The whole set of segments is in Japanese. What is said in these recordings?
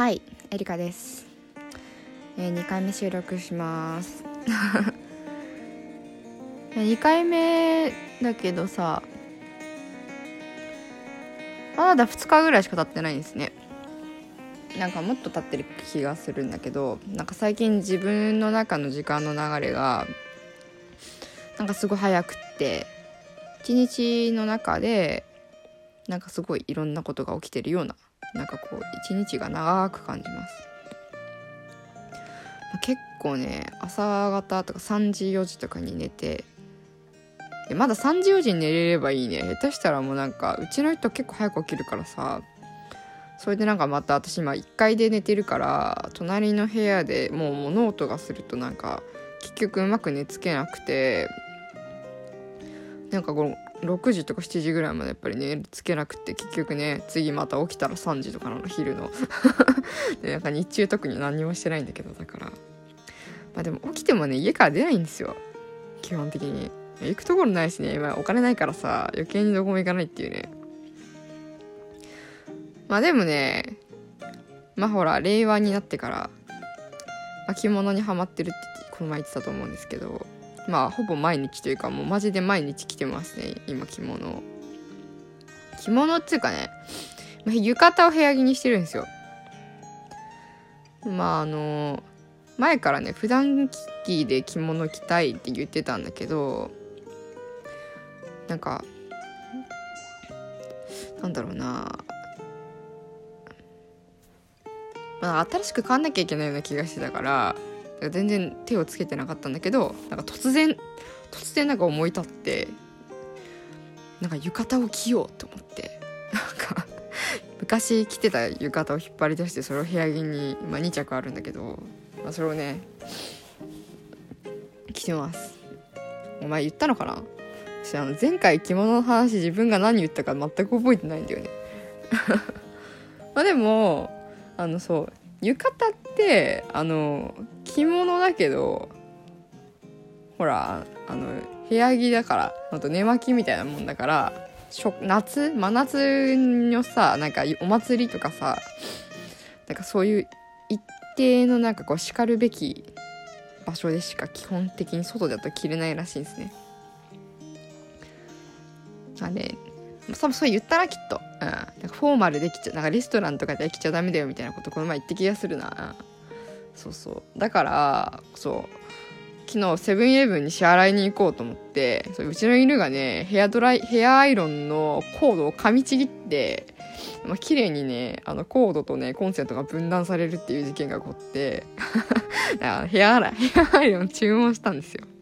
はい、エリカです。2回目収録します2回目だけどさ、まだ2日ぐらいしか経ってないんですね。なんかもっと経ってる気がするんだけど、なんか最近自分の中の時間の流れがなんかすごい早くって、一日の中でなんかすごいいろんなことが起きてるような、なんかこう一日が長く感じます。結構ね、朝方とか3時4時とかに寝て、まだ3時4時に寝れればいいね。下手したらもうなんかうちの人結構早く起きるからさ、それでなんかまた私今1階で寝てるから、隣の部屋でもう物音がするとなんか結局うまく寝つけなくて、なんかこの6時とか7時ぐらいまでやっぱり寝つけなくて、結局ね次また起きたら3時とかなの、昼のでなんか日中特に何もしてないんだけど、だからまあでも起きてもね家から出ないんですよ、基本的に。行くところないしね、今お金ないからさ、余計にどこも行かないっていうね。まあでもね、まあほら令和になってから、着物にハマってるってこの前言ってたと思うんですけど、まあほぼ毎日というかもうマジで毎日着てますね、今着物っていうかね、浴衣を部屋着にしてるんですよ。まあ前からね普段着で着物着たいって言ってたんだけど、なんかなんだろうな、まあ、新しく買わなきゃいけないような気がしてたから、全然手をつけてなかったんだけど、なんか突然なんか思い立って、なんか浴衣を着ようと思って、なんか昔着てた浴衣を引っ張り出して、それを部屋着に、2着あるんだけど、それをね着てます。お前言ったのかな、私前回着物の話自分が何言ったか全く覚えてないんだよねまあでもそう浴衣って着物だけど、ほら部屋着だから、あと寝巻きみたいなもんだから、真夏のさ、なんかお祭りとかさ、なんかそういう一定のなんかこうしかるべき場所でしか基本的に外だと着れないらしいんですね。多分そう言ったらきっと、なんかフォーマルできちゃ、なんかレストランとかで着ちゃダメだよみたいなことこの前言って気がするな。そうだから昨日セブンイレブンに支払いに行こうと思って、うちの犬がねヘアアイロンのコードを噛みちぎって、綺麗にねコードとねコンセントが分断されるっていう事件が起こってヘアアイロン注文したんですよ。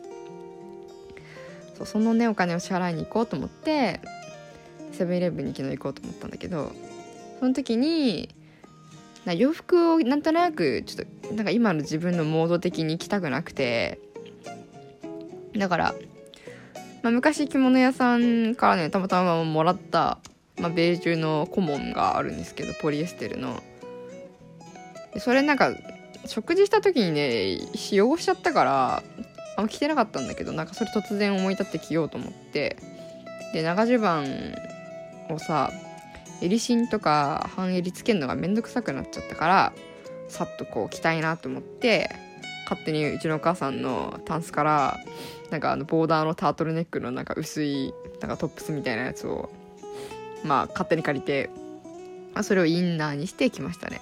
そのねお金を支払いに行こうと思ってセブンイレブンに昨日行こうと思ったんだけど、その時に洋服をなんとなくちょっとなんか今の自分のモード的に着たくなくて、だから、昔着物屋さんからねたまたまもらった、ベージュのコモンがあるんですけど、ポリエステルの。それなんか食事した時にね汚しちゃったから着てなかったんだけど、なんかそれ突然思い立って着ようと思って、で長襦袢をさ襟芯とか半襟つけるのがめんどくさくなっちゃったから、さっとこう着たいなと思って、勝手にうちのお母さんのタンスからなんかボーダーのタートルネックのなんか薄いなんかトップスみたいなやつを勝手に借りて、それをインナーにしてきましたね。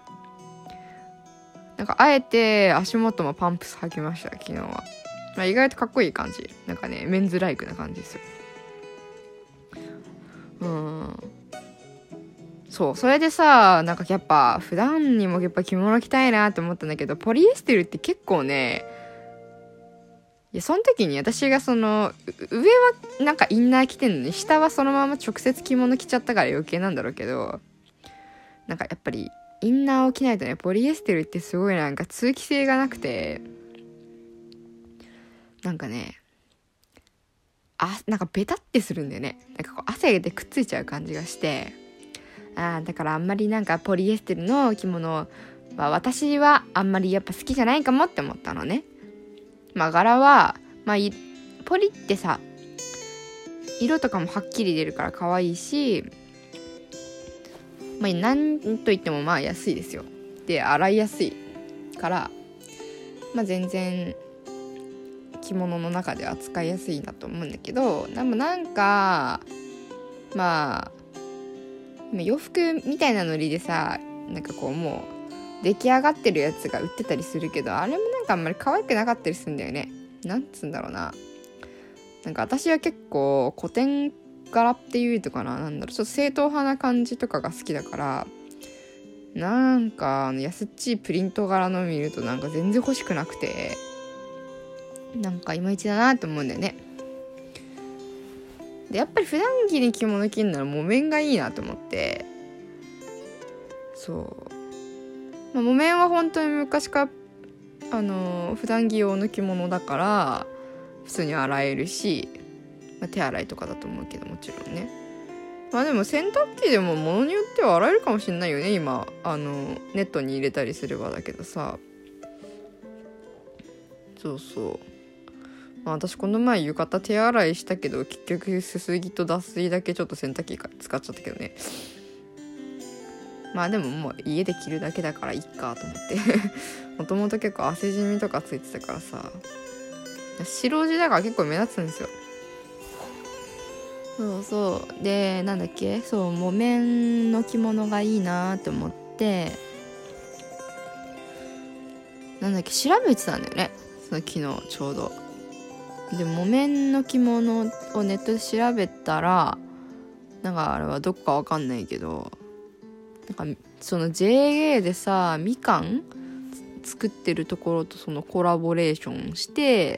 なんかあえて足元もパンプス履きました、昨日は。意外とかっこいい感じ、なんかねメンズライクな感じですよ。それでさ、なんかやっぱ普段にもやっぱ着物着たいなって思ったんだけど、ポリエステルって結構ね、いやその時に私が上はなんかインナー着てんのに、下はそのまま直接着物着ちゃったから余計なんだろうけど、なんかやっぱりインナーを着ないとね、ポリエステルってすごいなんか通気性がなくて、なんかねなんかベタってするんだよね。なんかこう汗でくっついちゃう感じがして、だからあんまりなんかポリエステルの着物は私はあんまりやっぱ好きじゃないかもって思ったのね。柄はポリってさ色とかもはっきり出るから可愛いし、 まあなんといってもまあ安いですよ。で洗いやすいから、まあ全然着物の中では使いやすいなと思うんだけど、でもなんかまあ洋服みたいなノリでさ、なんかこうもう出来上がってるやつが売ってたりするけど、あれもなんかあんまり可愛くなかったりするんだよね。なんつうんだろうな、なんか私は結構古典柄っていうとかな、なんだろう、ちょっと正統派な感じとかが好きだから、なんか安っちいプリント柄の見るとなんか全然欲しくなくて、なんかいまいちだなって思うんだよね。でやっぱり普段着に着物着るなら木綿がいいなと思って、そう、まあ、木綿は本当に昔から普段着用の着物だから普通に洗えるし、まあ、手洗いとかだと思うけど、もちろんね。まあでも洗濯機でも物によっては洗えるかもしれないよね。今ネットに入れたりすればだけどさ。そうそう、まあ、私この前浴衣手洗いしたけど結局すすぎと脱水だけちょっと洗濯機使っちゃったけどね。まあでももう家で着るだけだからいいかと思ってもともと結構汗じみとかついてたからさ、白地だから結構目立つんですよ。そうそうで、なんだっけ、そう木綿の着物がいいなって思って、なんだっけ調べてたんだよね、その昨日ちょうど。で木綿の着物をネットで調べたら、なんかあれはどこかわかんないけど、なんかその JA でさみかん作ってるところとそのコラボレーションして、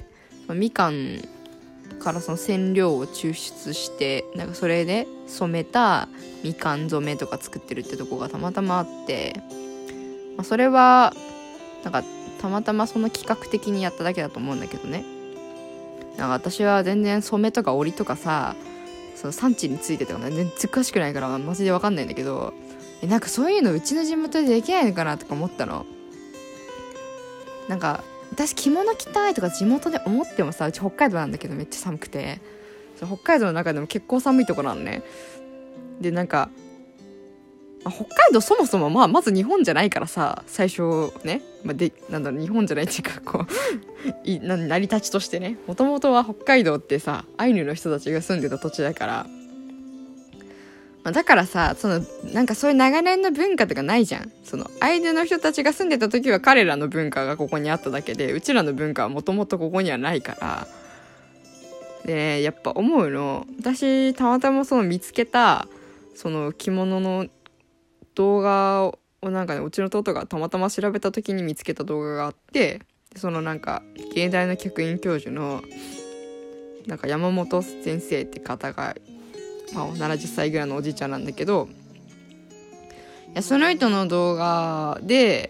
みかんからその染料を抽出して、なんかそれで染めたみかん染めとか作ってるってとこがたまたまあって、まあ、それはなんかたまたまその企画的にやっただけだと思うんだけどね。なんか私は全然染めとか織りとかさ、その産地についてとか全然詳しくないからマジで分かんないんだけど、なんかそういうのうちの地元でできないのかなとか思ったの。なんか私着物着たいとか地元で思ってもさ、うち北海道なんだけどめっちゃ寒くて、北海道の中でも結構寒いところなのね。でなんか、北海道そもそもまず日本じゃないからさ、最初ね、なんだろう、日本じゃないっていうかこう成り立ちとしてね、もともとは北海道ってさアイヌの人たちが住んでた土地だから、だからさ、なんかそういう長年の文化とかないじゃん。そのアイヌの人たちが住んでた時は彼らの文化がここにあっただけで、うちらの文化はもともとここにはないから。でやっぱ思うの、私たまたまその見つけたその着物の動画をなんかね、うちの弟がたまたま調べた時に見つけた動画があって、そのなんか芸大の客員教授のなんか山本先生って方が、70歳ぐらいのおじいちゃんなんだけど、その人の動画で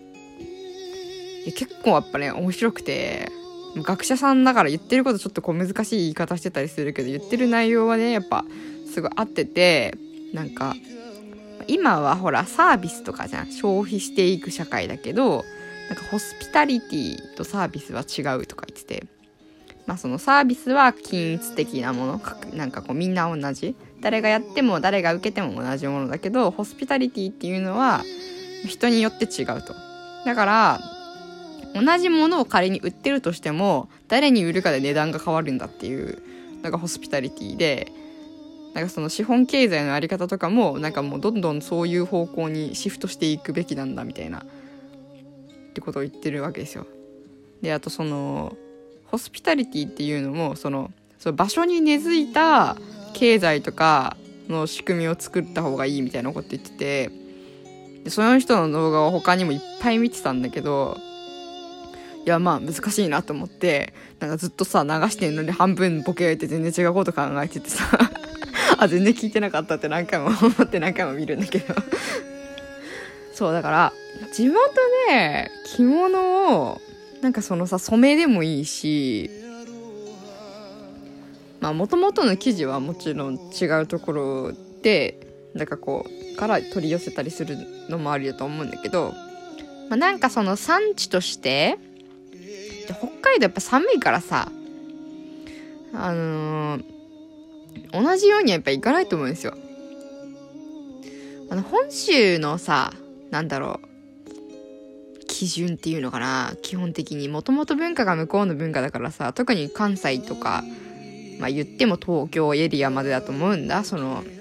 結構やっぱね面白くて、学者さんだから言ってることちょっとこう難しい言い方してたりするけど、言ってる内容はねやっぱすごい合ってて、なんか今はほらサービスとかじゃん、消費していく社会だけど、なんかホスピタリティとサービスは違うとか言ってて、そのサービスは均一的なもの、なんかこうみんな同じ、誰がやっても誰が受けても同じものだけど、ホスピタリティっていうのは人によって違うと。だから同じものを仮に売ってるとしても誰に売るかで値段が変わるんだっていうのがホスピタリティで、なんかその資本経済のあり方とかもなんかもうどんどんそういう方向にシフトしていくべきなんだみたいなってことを言ってるわけですよ。であとそのホスピタリティっていうのもその場所に根付いた経済とかの仕組みを作った方がいいみたいなこと言ってて、でその人の動画を他にもいっぱい見てたんだけど、いや難しいなと思って、なんかずっとさ流してんのに半分ボケって全然違うこと考えててさ全然聞いてなかったって何回も思って何回も見るんだけどそうだから地元で着物をなんかそのさ染めでもいいし、元々の生地はもちろん違うところでなんかこうから取り寄せたりするのもありだと思うんだけど、なんかその産地として北海道やっぱ寒いからさ、同じようにやっぱいかないと思うんですよ。 本州のさ、なんだろう、基準っていうのかな、基本的にもともと文化が向こうの文化だからさ、特に関西とか、言っても東京エリアまでだと思うんだ。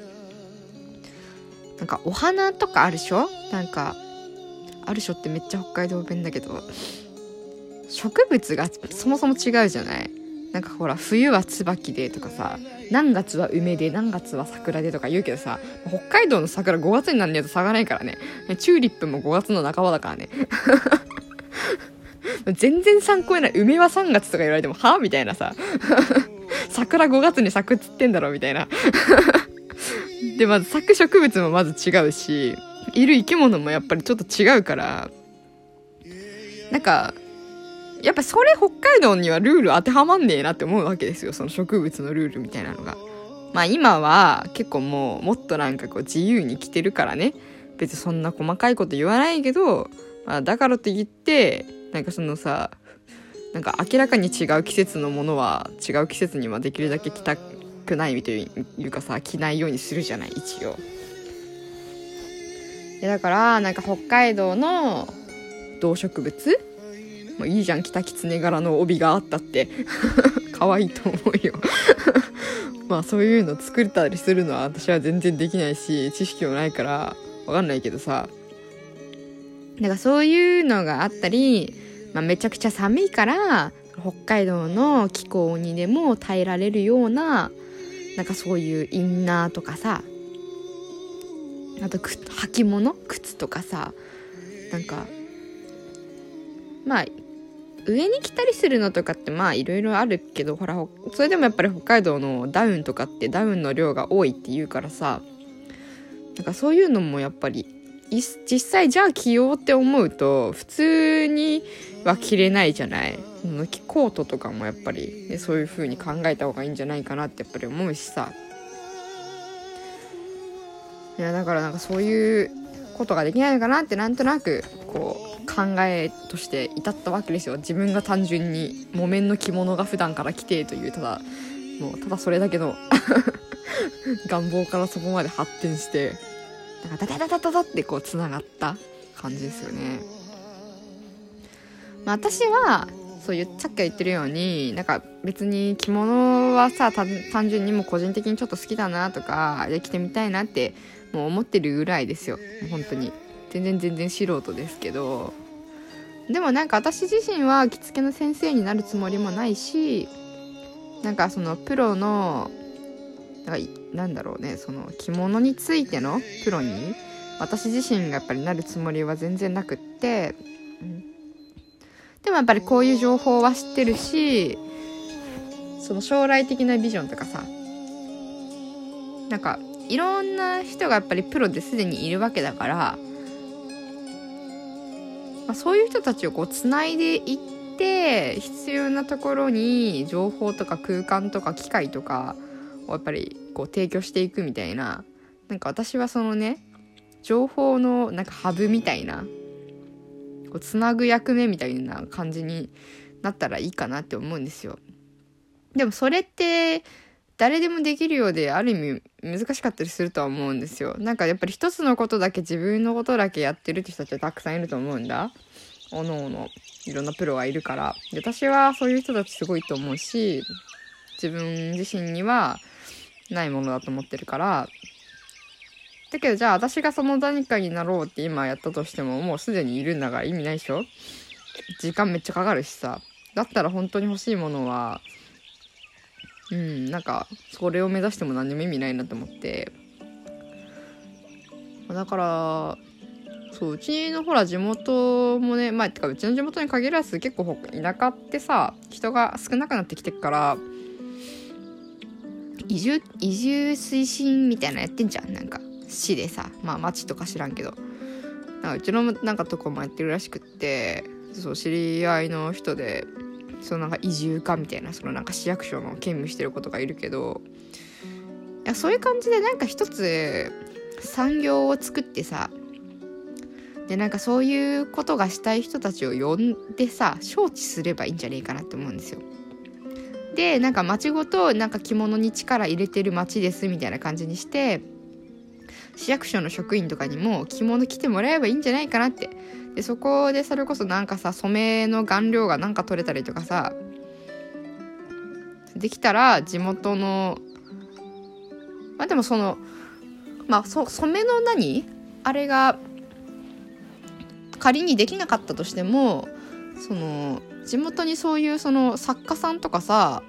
なんかお花とかあるでしょ、なんかあるでしょってめっちゃ北海道弁だけど、植物がそもそも違うじゃない。なんかほら、冬は椿でとかさ、何月は梅で何月は桜でとか言うけどさ、北海道の桜5月になんねえと咲かないからね。チューリップも5月の半ばだからね。全然参考にない。梅は3月とか言われてもはみたいなさ。桜5月に咲くっつってんだろみたいな。で、まず咲く植物もまず違うし、いる生き物もやっぱりちょっと違うから、なんかやっぱそれ北海道にはルール当てはまんねえなって思うわけですよ、その植物のルールみたいなのが。今は結構もっとなんかこう自由に生きてるからね、別にそんな細かいこと言わないけど、だからといってなんかそのさ、なんか明らかに違う季節のものは違う季節にはできるだけ着たくないというかさ、着ないようにするじゃない、一応。だからなんか北海道の動植物もういいじゃん、キタキツネ柄の帯があったって可愛いと思うよそういうの作ったりするのは私は全然できないし、知識もないからわかんないけどさ、なんかそういうのがあったり、めちゃくちゃ寒いから北海道の気候にでも耐えられるような、なんかそういうインナーとかさ、あと履物、靴とかさ、なんか上に着たりするのとかっていろいろあるけど、ほらそれでもやっぱり北海道のダウンとかってダウンの量が多いっていうからさ、なんかそういうのもやっぱり実際じゃあ着ようって思うと普通には着れないじゃない。コートとかもやっぱり、そういう風に考えた方がいいんじゃないかなってやっぱり思うしさ。いやだからなんかそういうことができないのかなってなんとなくこう考えとして至ったわけですよ。自分が単純に木綿の着物が普段から着てというただそれだけの願望からそこまで発展して、なんかダダダダダダってこうつながった感じですよね。私はそうさっき言ってるように、なんか別に着物はさ、単純にもう個人的にちょっと好きだなとかで着てみたいなってもう思ってるぐらいですよ。本当に全然素人ですけど、でもなんか私自身は着付けの先生になるつもりもないし、なんかそのプロのなんだろうね、その着物についてのプロに私自身がやっぱりなるつもりは全然なくって、でもやっぱりこういう情報は知ってるし、その将来的なビジョンとかさ、なんかいろんな人がやっぱりプロですでにいるわけだから、そういう人たちをこうつないでいって、必要なところに情報とか空間とか機械とかをやっぱりこう提供していくみたいな、なんか私はそのね、情報のなんかハブみたいな、こうつなぐ役目みたいな感じになったらいいかなって思うんですよ。でもそれって誰でもできるようで、ある意味難しかったりするとは思うんですよ。なんかやっぱり一つのことだけ、自分のことだけやってるって人たちはたくさんいると思うんだ。おのおのいろんなプロがいるから。で、私はそういう人たちすごいと思うし、自分自身にはないものだと思ってるから。だけどじゃあ私がその何かになろうって今やったとしても、もうすでにいるんだから意味ないでしょ。時間めっちゃかかるしさ。だったら本当に欲しいものはなんかそれを目指しても何にも意味ないなと思って、だからそう、うちのほら地元もね、てかうちの地元に限らず結構田舎ってさ、人が少なくなってきてるから、移住推進みたいなのやってんじゃん。なんか市でさ、町とか知らんけど、なんかうちのなんかとこもやってるらしくって、そう知り合いの人で、そのなんか移住家みたいな、そのなんか市役所の兼務してることがいるけど、いやそういう感じでなんか一つ産業を作ってさ、でなんかそういうことがしたい人たちを呼んでさ、招致すればいいんじゃねえかなって思うんですよ。でなんか町ごとなんか着物に力入れてる町ですみたいな感じにして、 市役所の職員とかにも着物着てもらえばいいんじゃないかなって。でそこでそれこそなんかさ、染めの顔料がなんか取れたりとかさできたら、地元のでもその染めのあれが仮にできなかったとしても、その地元にそういうその作家さんとかさ、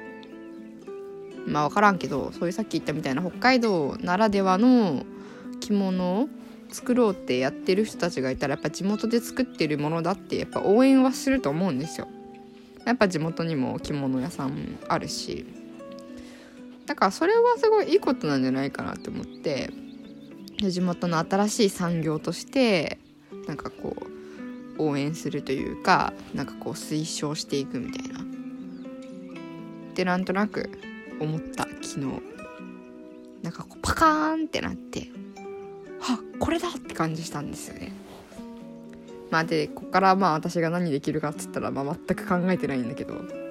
分からんけど、そういうさっき言ったみたいな北海道ならではの着物を作ろうってやってる人たちがいたら、やっぱ地元で作ってるものだってやっぱ応援はすると思うんですよ。やっぱ地元にも着物屋さんあるし、だからそれはすごいいいことなんじゃないかなって思って、地元の新しい産業としてなんかこう応援するというか、なんかこう推奨していくみたいなってなんとなく思った昨日。なんかこうパカーンってなって、これだって感じしたんですよね。でこっから私が何できるかっつったら全く考えてないんだけど、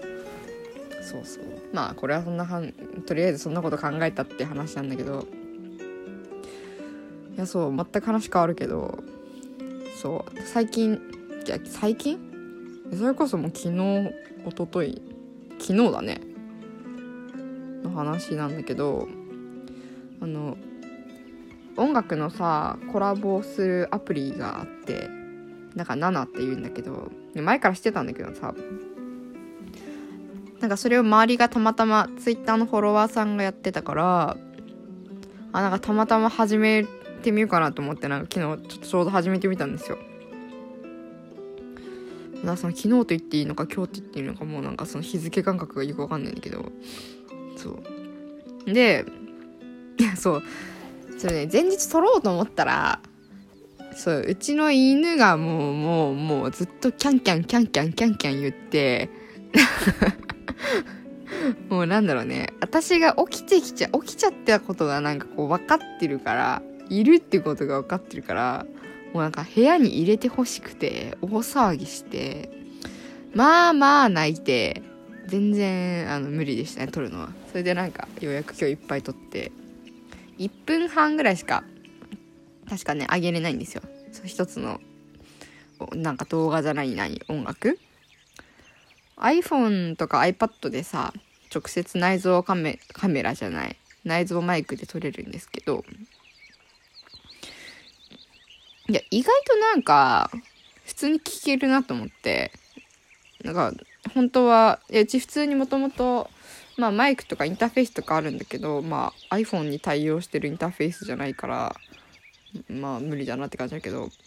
これはとりあえずそんなこと考えたって話なんだけど、全く話変わるけど、最近それこそもう昨日だねの話なんだけど、音楽のさコラボするアプリがあって、なんか7って言うんだけど、前から知ってたんだけどさ、なんかそれを周りがたまたまツイッターのフォロワーさんがやってたから、なんかたまたま始めてみようかなと思って、なんか昨日ちょうど始めてみたんですよ。その昨日と言っていいのか今日と言っていいのか、もうなんかその日付感覚がよくわかんないんだけど、でそれね、前日撮ろうと思ったら、うちの犬がもうずっとキャンキャンキャンキャンキャンキャン言ってもうなんだろうね、私が起きちゃったことがなんかこう分かってるから、いるってことが分かってるから、もうなんか部屋に入れてほしくて大騒ぎして、泣いて、全然無理でしたね撮るのは。それでなんかようやく今日いっぱい撮って、1分半ぐらいしか確かね上げれないんですよ。一つのなんか動画じゃない音楽、 iPhone とか iPad でさ直接内蔵カメラじゃない内蔵マイクで撮れるんですけど、いや意外となんか普通に聞けるなと思って、なんか本当はうち普通にもともとマイクとかインターフェースとかあるんだけど、iPhone に対応してるインターフェースじゃないから無理だなって感じだけど、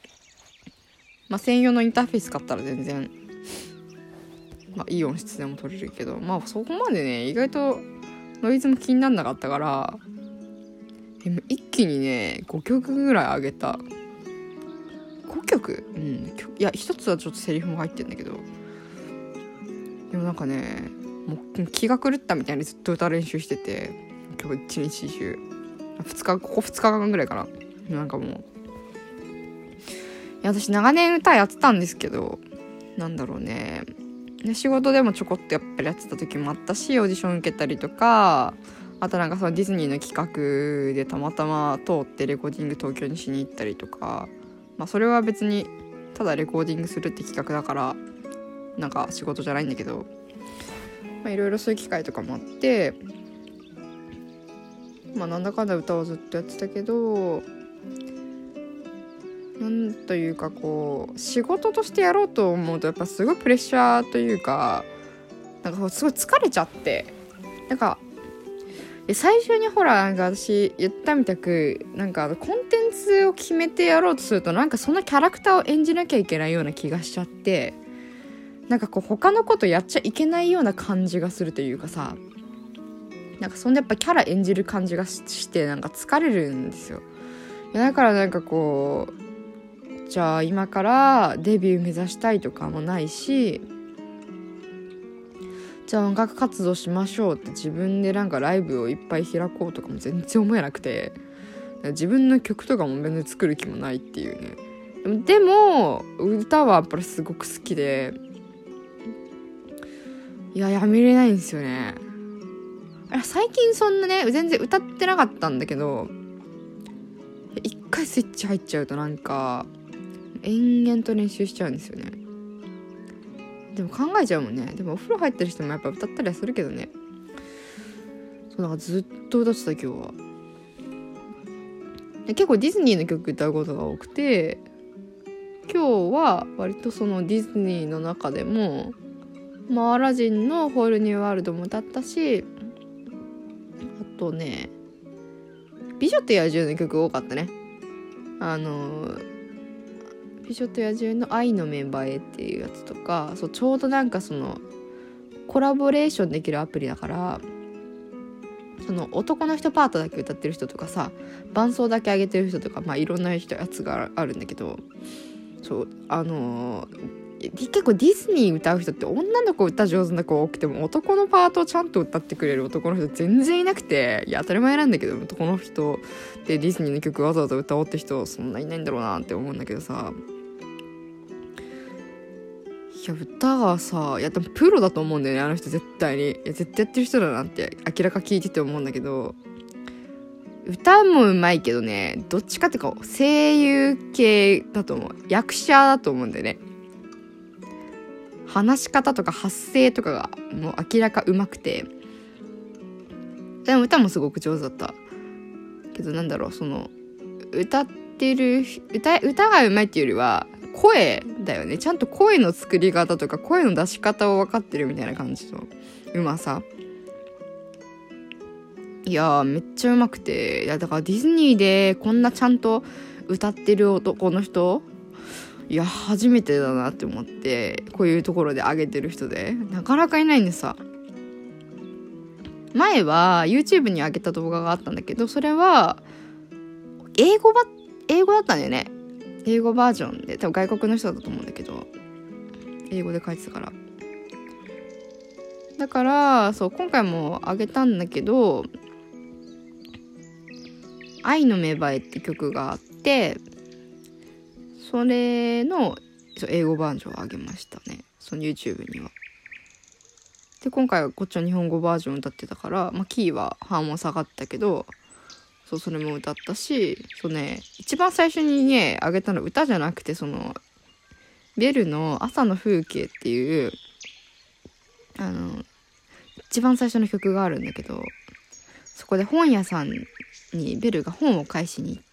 専用のインターフェース買ったら全然いい音質でも撮れるけど、そこまでね意外とノイズも気にならなかったから、一気にね5曲ぐらい上げた。5曲？いや一つはちょっとセリフも入ってんだけど、でもなんかねもう気が狂ったみたいにずっと歌練習してて、今日一日中ここ2日間ぐらいかな。なんかもう、いや私長年歌やってたんですけど、なんだろうね、仕事でもちょこっとやっぱりやってた時もあったし、オーディション受けたりとか、あとなんかそのディズニーの企画でたまたま通ってレコーディング東京にしに行ったりとか、それは別にただレコーディングするって企画だからなんか仕事じゃないんだけど、いろいろそういう機会とかもあって、なんだかんだ歌をずっとやってたけど、なんというかこう仕事としてやろうと思うとやっぱすごいプレッシャーというか、なんかすごい疲れちゃって、なんか最初にほらなんか私言ったみたく、なんかコンテンツを決めてやろうとするとなんかそのキャラクターを演じなきゃいけないような気がしちゃって、なんかこう他のことやっちゃいけないような感じがするというかさ、なんかそんなやっぱキャラ演じる感じがしてなんか疲れるんですよ。だからなんかこうじゃあ今からデビュー目指したいとかもないし、じゃあ音楽活動しましょうって自分でなんかライブをいっぱい開こうとかも全然思えなくて、自分の曲とかも全然作る気もないっていうね。でも歌はやっぱりすごく好きで、やめれないんですよね。最近そんなね全然歌ってなかったんだけど、 一回スイッチ入っちゃうとなんか延々と練習しちゃうんですよね。でも考えちゃうもんね。でもお風呂入ってる人もやっぱ歌ったりはするけどね。そう、なんかずっと歌ってた今日は。で結構ディズニーの曲歌うことが多くて、今日は割とそのディズニーの中でも、アラジンのホールニューワールドも歌ったし、あとね美女と野獣の曲多かったね。美女と野獣の愛の芽生えっていうやつとか、そうちょうどなんかそのコラボレーションできるアプリだから、その男の人パートだけ歌ってる人とかさ、伴奏だけ上げてる人とか、いろんな人やつがあるんだけど、そう結構ディズニー歌う人って女の子歌上手な子多くても、男のパートをちゃんと歌ってくれる男の人全然いなくて、いや当たり前なんだけど、男の人でディズニーの曲わざわざ歌おうって人そんないないんだろうなって思うんだけどさ、いや歌がさ、いやでもプロだと思うんだよね、あの人絶対に。いや絶対やってる人だなって明らか聞いてて思うんだけど、歌もうまいけどね、どっちかっていうか声優系だと思う。役者だと思うんだよね。話し方とか発声とかがもう明らかうまくて、でも歌もすごく上手だったけど、なんだろう、その歌ってる歌がうまいっていうよりは声だよね。ちゃんと声の作り方とか声の出し方を分かってるみたいな感じのうまさ。いやーめっちゃうまくて、いやだからディズニーでこんなちゃんと歌ってる男の人、いや初めてだなって思って、こういうところで上げてる人でなかなかいないんでさ。前は YouTube に上げた動画があったんだけど、それは英語だったんだよね。英語バージョンで、多分外国の人だと思うんだけど、英語で書いてたから。だからそう今回も上げたんだけど、愛の芽生えって曲があって、それの英語バージョンを上げましたね、その YouTube には。で今回はこっちは日本語バージョン歌ってたから、キーは半音下がったけど、それも歌ったし、そうね、一番最初にね上げたの歌じゃなくて、そのベルの朝の風景っていう一番最初の曲があるんだけど、そこで本屋さんにベルが本を返しに行って、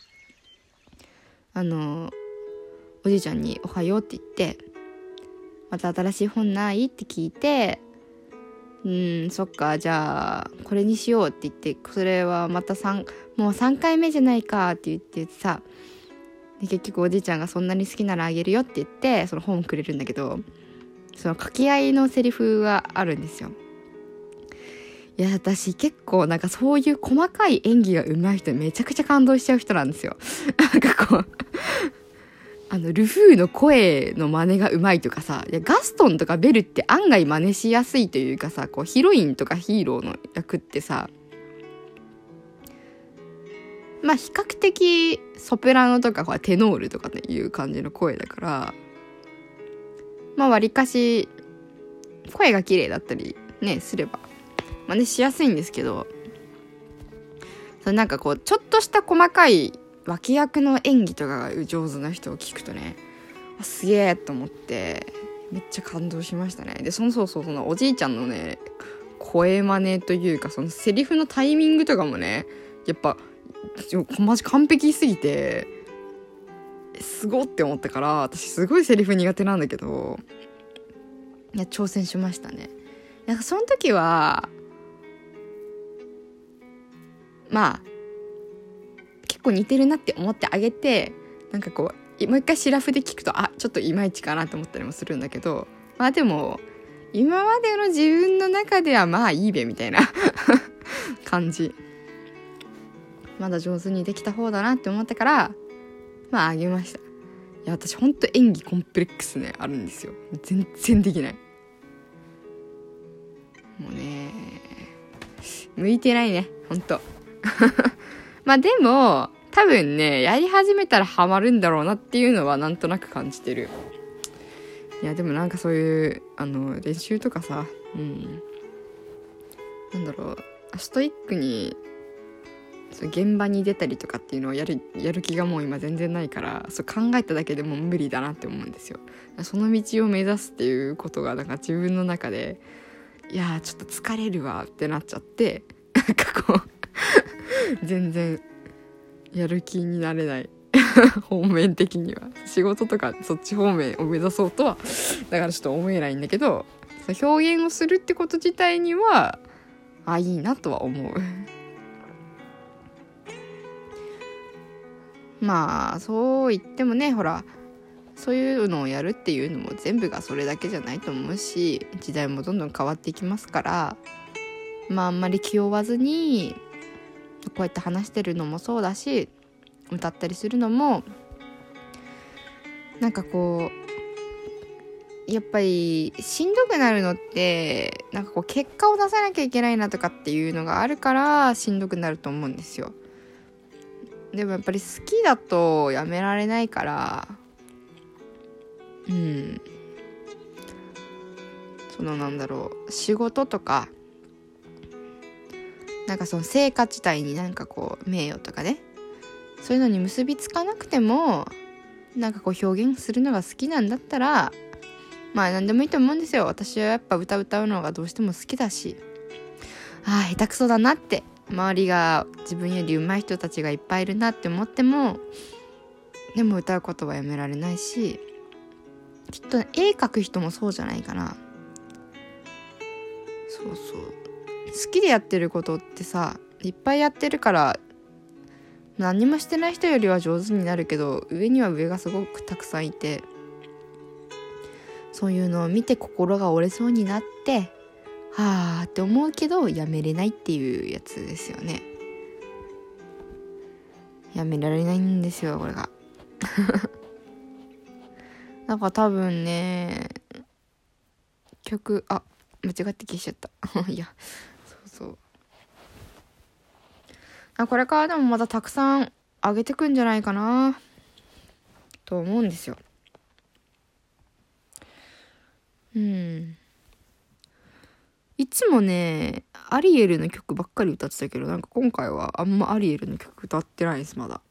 おじいちゃんにおはようって言って、また新しい本ないって聞いて、そっかじゃあこれにしようって言って、それはまたもう3回目じゃないかって言ってさ、で結局おじいちゃんがそんなに好きならあげるよって言ってその本をくれるんだけど、その掛け合いのセリフがあるんですよ。いや私結構なんかそういう細かい演技が上手い人にめちゃくちゃ感動しちゃう人なんですよ。なんかこうルフーの声の真似が上手いとかさ、いやガストンとかベルって案外真似しやすいというかさ、こうヒロインとかヒーローの役ってさ、比較的ソプラノとかテノールとかっていう感じの声だから、わりかし声が綺麗だったりねすれば真似しやすいんですけど、なんかこうちょっとした細かい脇役の演技とかが上手な人を聞くとね、すげえと思ってめっちゃ感動しましたね。でそのおじいちゃんのね声真似というか、そのセリフのタイミングとかもね、やっぱマジ完璧すぎてすごって思ったから、私すごいセリフ苦手なんだけど、いや挑戦しましたね。なんかその時は結構似てるなって思ってあげて、なんかこうもう一回シラフで聞くとちょっといまいちかなと思ったりもするんだけど、でも今までの自分の中ではいいべみたいな感じ。まだ上手にできた方だなって思ったからあげました。いや私ほんと演技コンプレックスねあるんですよ。全然できない。もうね向いてないねほんとでも多分ねやり始めたらハマるんだろうなっていうのはなんとなく感じてる。いやでもなんかそういう練習とかさ、なんだろう、ストイックに現場に出たりとかっていうのをやる気がもう今全然ないから、そう考えただけでも無理だなって思うんですよ。その道を目指すっていうことがなんか自分の中でいやちょっと疲れるわってなっちゃって、なんかこう全然やる気になれない方面的には仕事とかそっち方面を目指そうとはだからちょっと思えないんだけど、表現をするってこと自体にはいいなとは思う。まあそう言ってもね、ほらそういうのをやるっていうのも全部がそれだけじゃないと思うし、時代もどんどん変わっていきますから、あんまり気負わずにこうやって話してるのもそうだし、歌ったりするのもなんかこうやっぱりしんどくなるのってなんかこう結果を出さなきゃいけないなとかっていうのがあるからしんどくなると思うんですよ。でもやっぱり好きだとやめられないから、仕事とかなんかその成果自体になんかこう名誉とかね、そういうのに結びつかなくてもなんかこう表現するのが好きなんだったら何でもいいと思うんですよ。私はやっぱ歌うのがどうしても好きだし、下手くそだなって周りが自分より上手い人たちがいっぱいいるなって思っても、でも歌うことはやめられないし、きっと絵描く人もそうじゃないかな。そう好きでやってることってさいっぱいやってるから何もしてない人よりは上手になるけど、上には上がすごくたくさんいて、そういうのを見て心が折れそうになってはーって思うけどやめれないっていうやつですよね。やめられないんですよこれがなんか多分ね曲間違って消しちゃったいやそうこれからでもまたたくさん上げてくんじゃないかなと思うんですよ。いつもねアリエルの曲ばっかり歌ってたけど、なんか今回はあんまアリエルの曲歌ってないです。まだ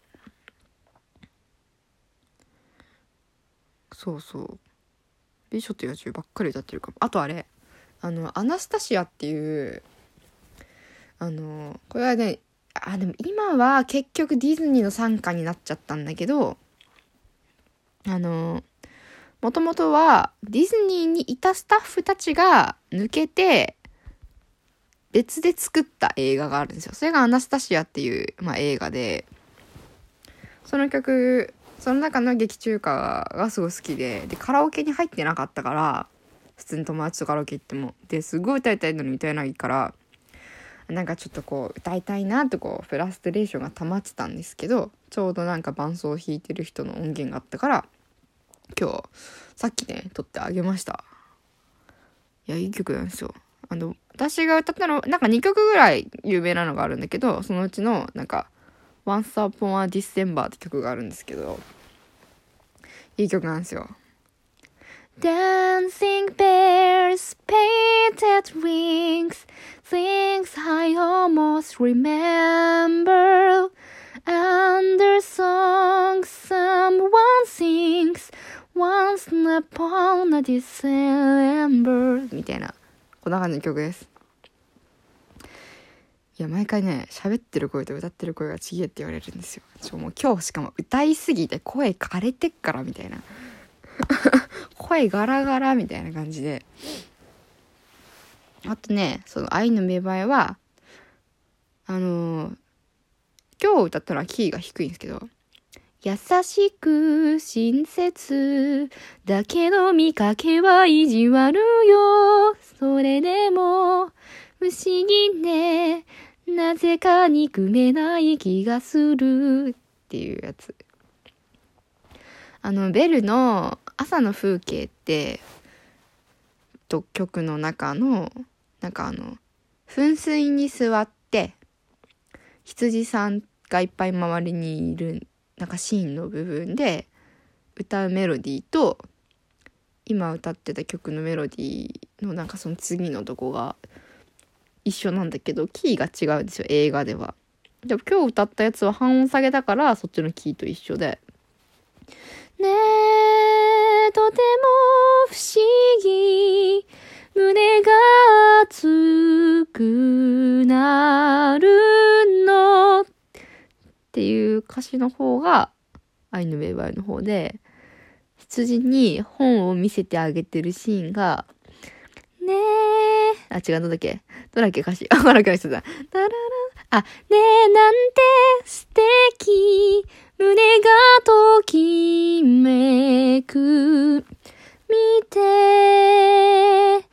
美女と野獣ばっかり歌ってるかも。あとあれアナスタシアっていうこれはねでも今は結局ディズニーの傘下になっちゃったんだけど、もともとはディズニーにいたスタッフたちが抜けて別で作った映画があるんですよ。それがアナスタシアっていう、映画で、その中の劇中歌がすごい好きでカラオケに入ってなかったから、普通に友達とカラオケ行ってもですごい歌いたいのに歌えないから、なんかちょっとこう歌いたいなとこうフラストレーションが溜まってたんですけど、ちょうどなんか伴奏を弾いてる人の音源があったから今日さっきね撮ってあげました。いやいい曲なんですよ。私が歌ったのなんか2曲ぐらい有名なのがあるんだけど、そのうちのなんか Once Upon a December って曲があるんですけど、いい曲なんですよ。Dancing bears, painted wings, things I almost remember, and the song someone sings, once upon a December みたいな、こんな感じの曲です。いや毎回ね喋ってる声と歌ってる声がちげえって言われるんですよ。もう今日しかも歌いすぎて声枯れてっからみたいな声ガラガラみたいな感じで、あとねその愛の芽生えは今日歌ったのはキーが低いんですけど、優しく親切だけど見かけは意地悪よ、それでも不思議ね、なぜか憎めない気がするっていうやつ。ベルの朝の風景って曲の中のなんか噴水に座って羊さんがいっぱい周りにいるなんかシーンの部分で歌うメロディーと今歌ってた曲のメロディーのなんかその次のとこが一緒なんだけどキーが違うんですよ映画では。 でも今日歌ったやつは半音下げだからそっちのキーと一緒で、ねえとても不思議胸が熱くなるのっていう歌詞の方がアイヌウェイバイの方で、羊に本を見せてあげてるシーンがねえ、あ、違う、どうだっけ歌詞。あ、笑くない人だ。タララあ、ねえ、なんて素敵。胸がときめく。見て。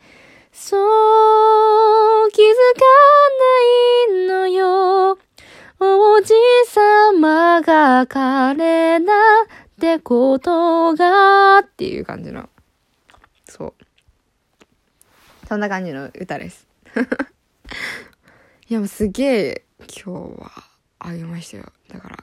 そう気づかないのよ。王子様が彼だってことがっていう感じの。そう。そんな感じの歌です。いやもうすげえ今日はあげましたよ。だから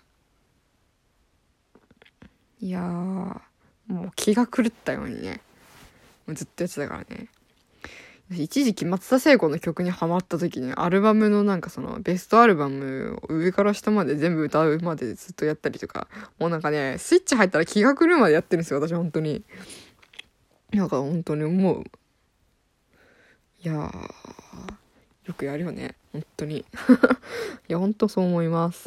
いやーもう気が狂ったようにね、もうずっとやってたからね。一時期松田聖子の曲にハマった時にアルバムのなんかそのベストアルバムを上から下まで全部歌うまでずっとやったりとか、もうなんかねスイッチ入ったら気が狂うまでやってるんですよ私本当に。なんか本当に思う。いやーよくやるよね本当に。いや本当そう思います。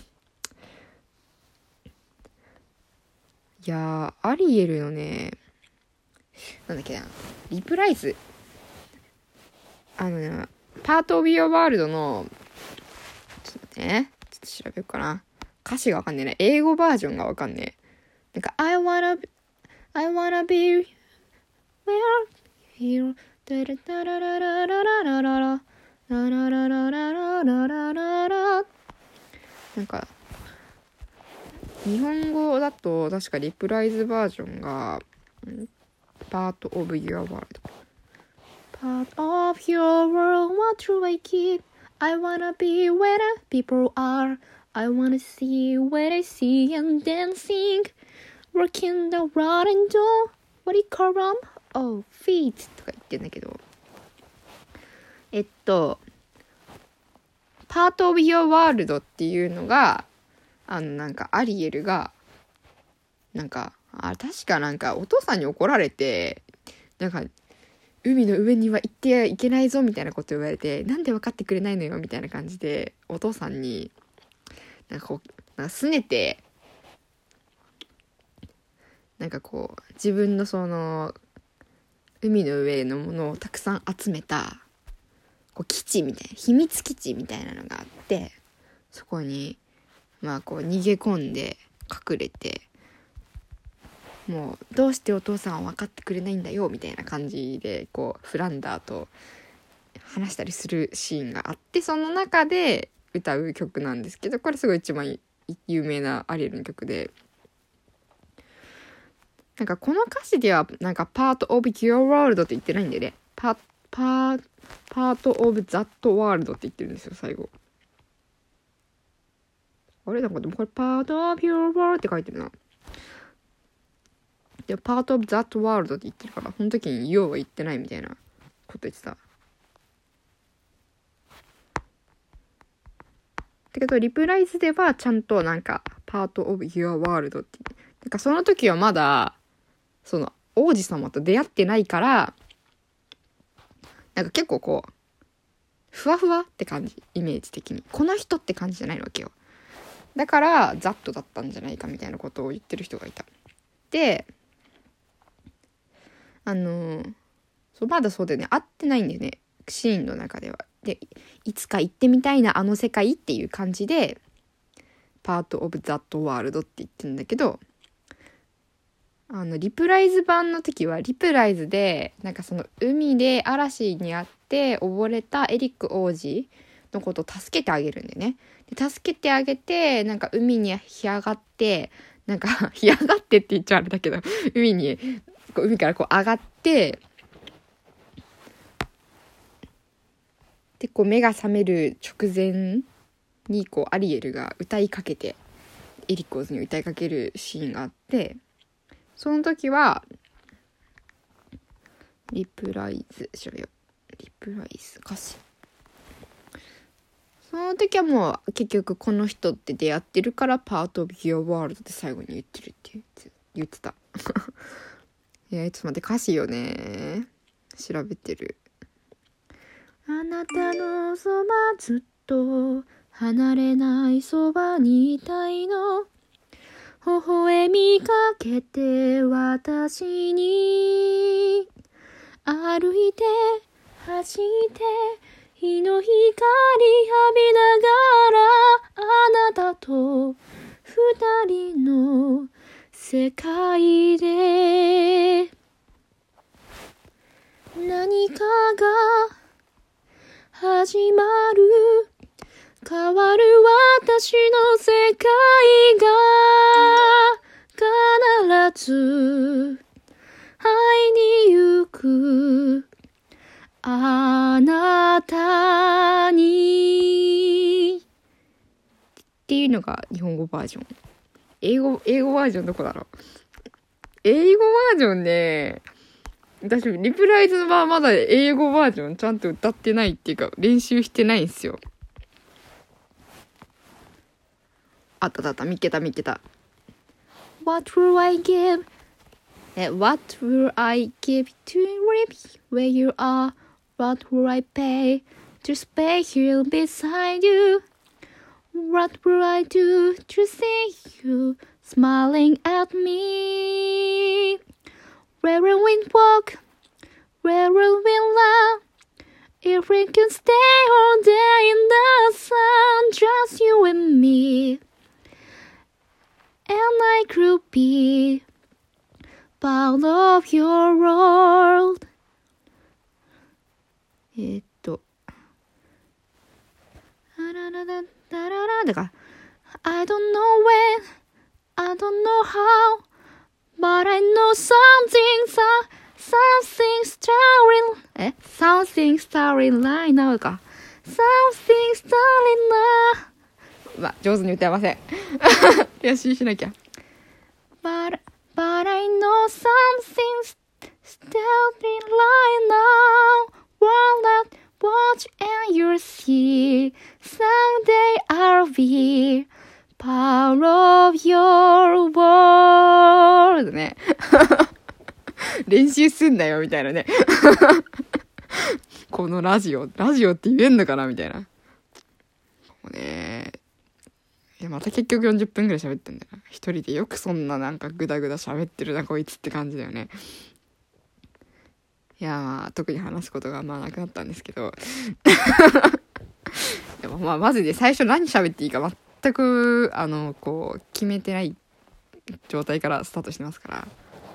いやーアリエルのね、なんだっけな、リプライズ、パートオブユアワールドのちょっと待ってね、ちょっと調べようかな。歌詞がわかんねえな、英語バージョンがわかんねえ。なんか I wanna be where you タラタラララララララララララララララララ、なんか日本語だと確かリプライズバージョンがPart of your world Part of your world what do I keep I wanna be where people are I wanna see where I see and dancing Working the world and do what you call them Oh feet とか言ってんだけど、Part of your world っていうのがなんかアリエルがなんか確かなんかお父さんに怒られて、なんか海の上には行ってはいけないぞみたいなこと言われて、なんで分かってくれないのよみたいな感じでお父さんになんかこうなんか拗ねて、なんかこう自分のその海の上のものをたくさん集めたこう基地みたいな秘密基地みたいなのがあって、そこにまあこう逃げ込んで隠れて、もうどうしてお父さんは分かってくれないんだよみたいな感じでこうフランダーと話したりするシーンがあって、その中で歌う曲なんですけど、これすごい一番有名なアリエルの曲で、なんかこの歌詞ではなんか Part of your world って言ってないんでね、Part of that world って言ってるんですよ最後。あれなんかでもこれ Part of your world って書いてるな。で Part of that world って言ってるから、その時に You は言ってないみたいなこと言ってた。だけどリプライズではちゃんとなんか Part of your world ってなんかその時はまだその王子様と出会ってないから、なんか結構こうふわふわって感じ、イメージ的にこの人って感じじゃないわけよ。だからザットだったんじゃないかみたいなことを言ってる人がいた。でそうまだそうだよね、会ってないんだよねシーンの中では。でいつか行ってみたいなあの世界っていう感じでパートオブザットワールドって言ってるんだけど、リプライズ版の時はリプライズでなんかその海で嵐にあって溺れたエリック王子のことを助けてあげるんだよね。で助けてあげてなんか海に干上がって、なんか干上がってって言っちゃあれだけど海からこう上がってでこう目が覚める直前にこうアリエルが歌いかけてエリック王子に歌いかけるシーンがあって、その時はリプライズ調べよう、リプライズ歌詞、 その時はもう結局この人って出会ってるからパートオブユアワールドって最後に言ってるって言ってたいやちょっと待って歌詞よね、調べてる。あなたのそばずっと離れないそばにいたいの、微笑みかけて私に歩いて走って日の光浴びながらあなたと二人の世界で何かが始まる、変わる私の世界が必ず会いに行くあなたにっていうのが日本語バージョン。英語バージョンどこだろう。英語バージョンね、私リプライズの場はまだ英語バージョンちゃんと歌ってないっていうか練習してないんですよ。あった見っけた。What will I give? What will I give to live where you are? What will I pay to stay here beside you? What will I do to see you smiling at me? Where will we walk? Where will we laugh? If we can stay all day in the sun, just you and me. And I could be part of your world. だから I don't know when, I don't know how, but I know something starting right now か something starting now 上手に歌えません練習しなきゃ。 but I know something starting right now, world that watch and you'll see, someday I'll be part of your world ね練習すんなよみたいなねこのラジオって言えんのかなみたいな。もうね、いやまた結局40分ぐらい喋ってんだよな。一人でよくそんななんかグダグダ喋ってるなこいつって感じだよね。いやまあ特に話すことがまあなくなったんですけどでもまあマジで最初何喋っていいか全くこう決めてない状態からスタートしてますから、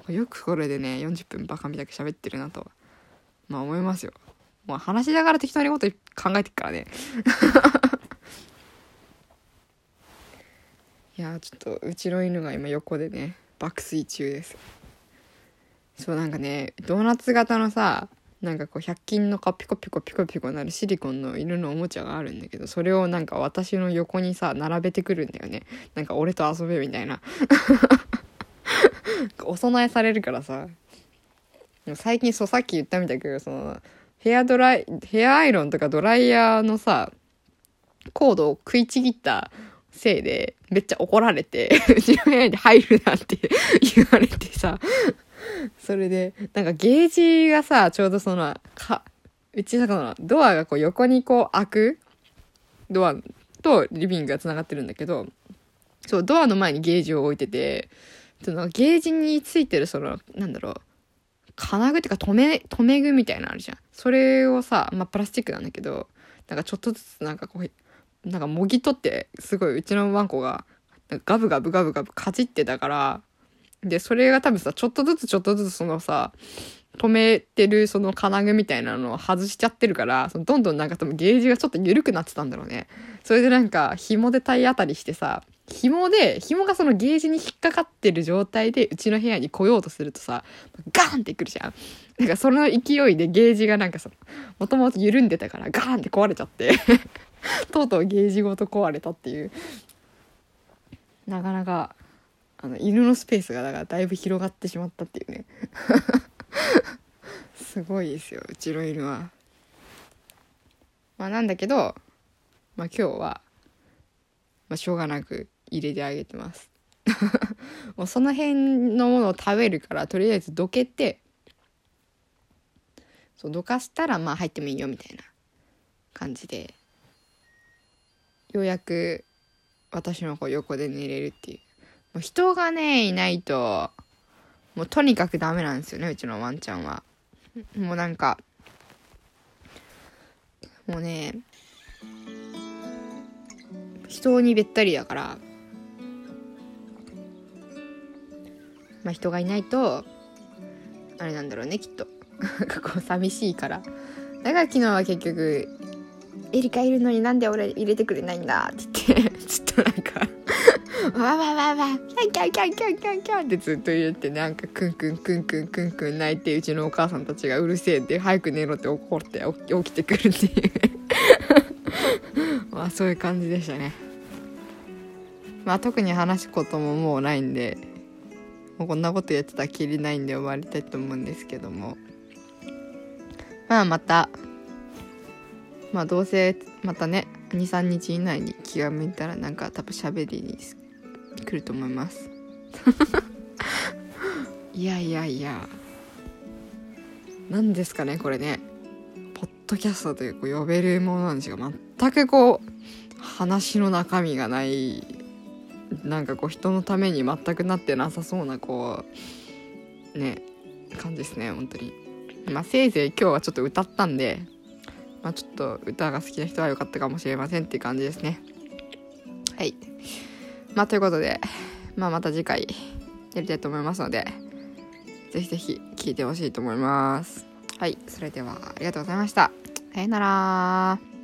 よくこれでね40分バカみたく喋ってるなとまあ思いますよ。もう話しながら適当にこと考えてっからねいやちょっとうちの犬が今横でね爆睡中です。そうなんかねドーナツ型のさ、なんかこう100均のピコピコなるシリコンの犬のおもちゃがあるんだけど、それをなんか私の横にさ並べてくるんだよね。なんか俺と遊べみたいなお供えされるからさ。最近さっき言ったみたいだけど、そのヘアアイロンとかドライヤーのさコードを食いちぎったせいでめっちゃ怒られてうちの部屋に入るなって言われてさそれでなんかゲージがさちょうどそのうちのドアがこう横にこう開くドアとリビングがつながってるんだけど、そうドアの前にゲージを置いてて、そのゲージについてるそのなんだろう金具っていうか留め具みたいなのあるじゃん。それをさまあプラスチックなんだけど、なんかちょっとずつなんかこうなんかもぎ取ってすごいうちのワンコがガブガブかじってたから、でそれが多分さちょっとずつそのさ止めてるその金具みたいなのを外しちゃってるから、そのどんどんなんか多分ゲージがちょっと緩くなってたんだろうね。それでなんか紐で体当たりしてさ、紐がそのゲージに引っかかってる状態でうちの部屋に来ようとするとさガーンってくるじゃん。なんかその勢いでゲージがなんかさもともと緩んでたからガーンって壊れちゃってとうとうゲージごと壊れたっていう、なかなか犬のスペースがだからだいぶ広がってしまったっていうねすごいですようちの犬は。まあなんだけど今日は、しょうがなく入れてあげてますもうその辺のものを食べるから、とりあえずどけて、そうどかしたら入ってもいいよみたいな感じで、ようやく私の横で寝れるっていう。もう人がねいないともうとにかくダメなんですよね、うちのワンちゃんは。もうなんかもうね、人にべったりだから、人がいないとあれなんだろうね、きっと寂しいから。だから昨日は結局エリカいるのになんで俺入れてくれないんだって言ってちょっとなんかわわわわキャンキャンキャンキャンキャンキャンってずっと言って、なんかクンクンクンクンクンクン泣いて、うちのお母さんたちがうるせえって早く寝ろって怒って起きてくるっていうそういう感じでしたね。特に話すことももうないんで、もうこんなことやってたらきりないんで終わりたいと思うんですけども、またどうせまたね 2,3 日以内に気が向いたらなんか多分喋りに来ると思いますいや何ですかねこれね、ポッドキャストという呼べるものなんですが、全く話の中身がない、なんか人のために全くなってなさそうなね感じですね本当に。せいぜい今日はちょっと歌ったんで、ちょっと歌が好きな人は良かったかもしれませんっていう感じですね。はい、ということで、また次回やりたいと思いますので、ぜひぜひ聞いてほしいと思います。はい、それではありがとうございました。さよなら。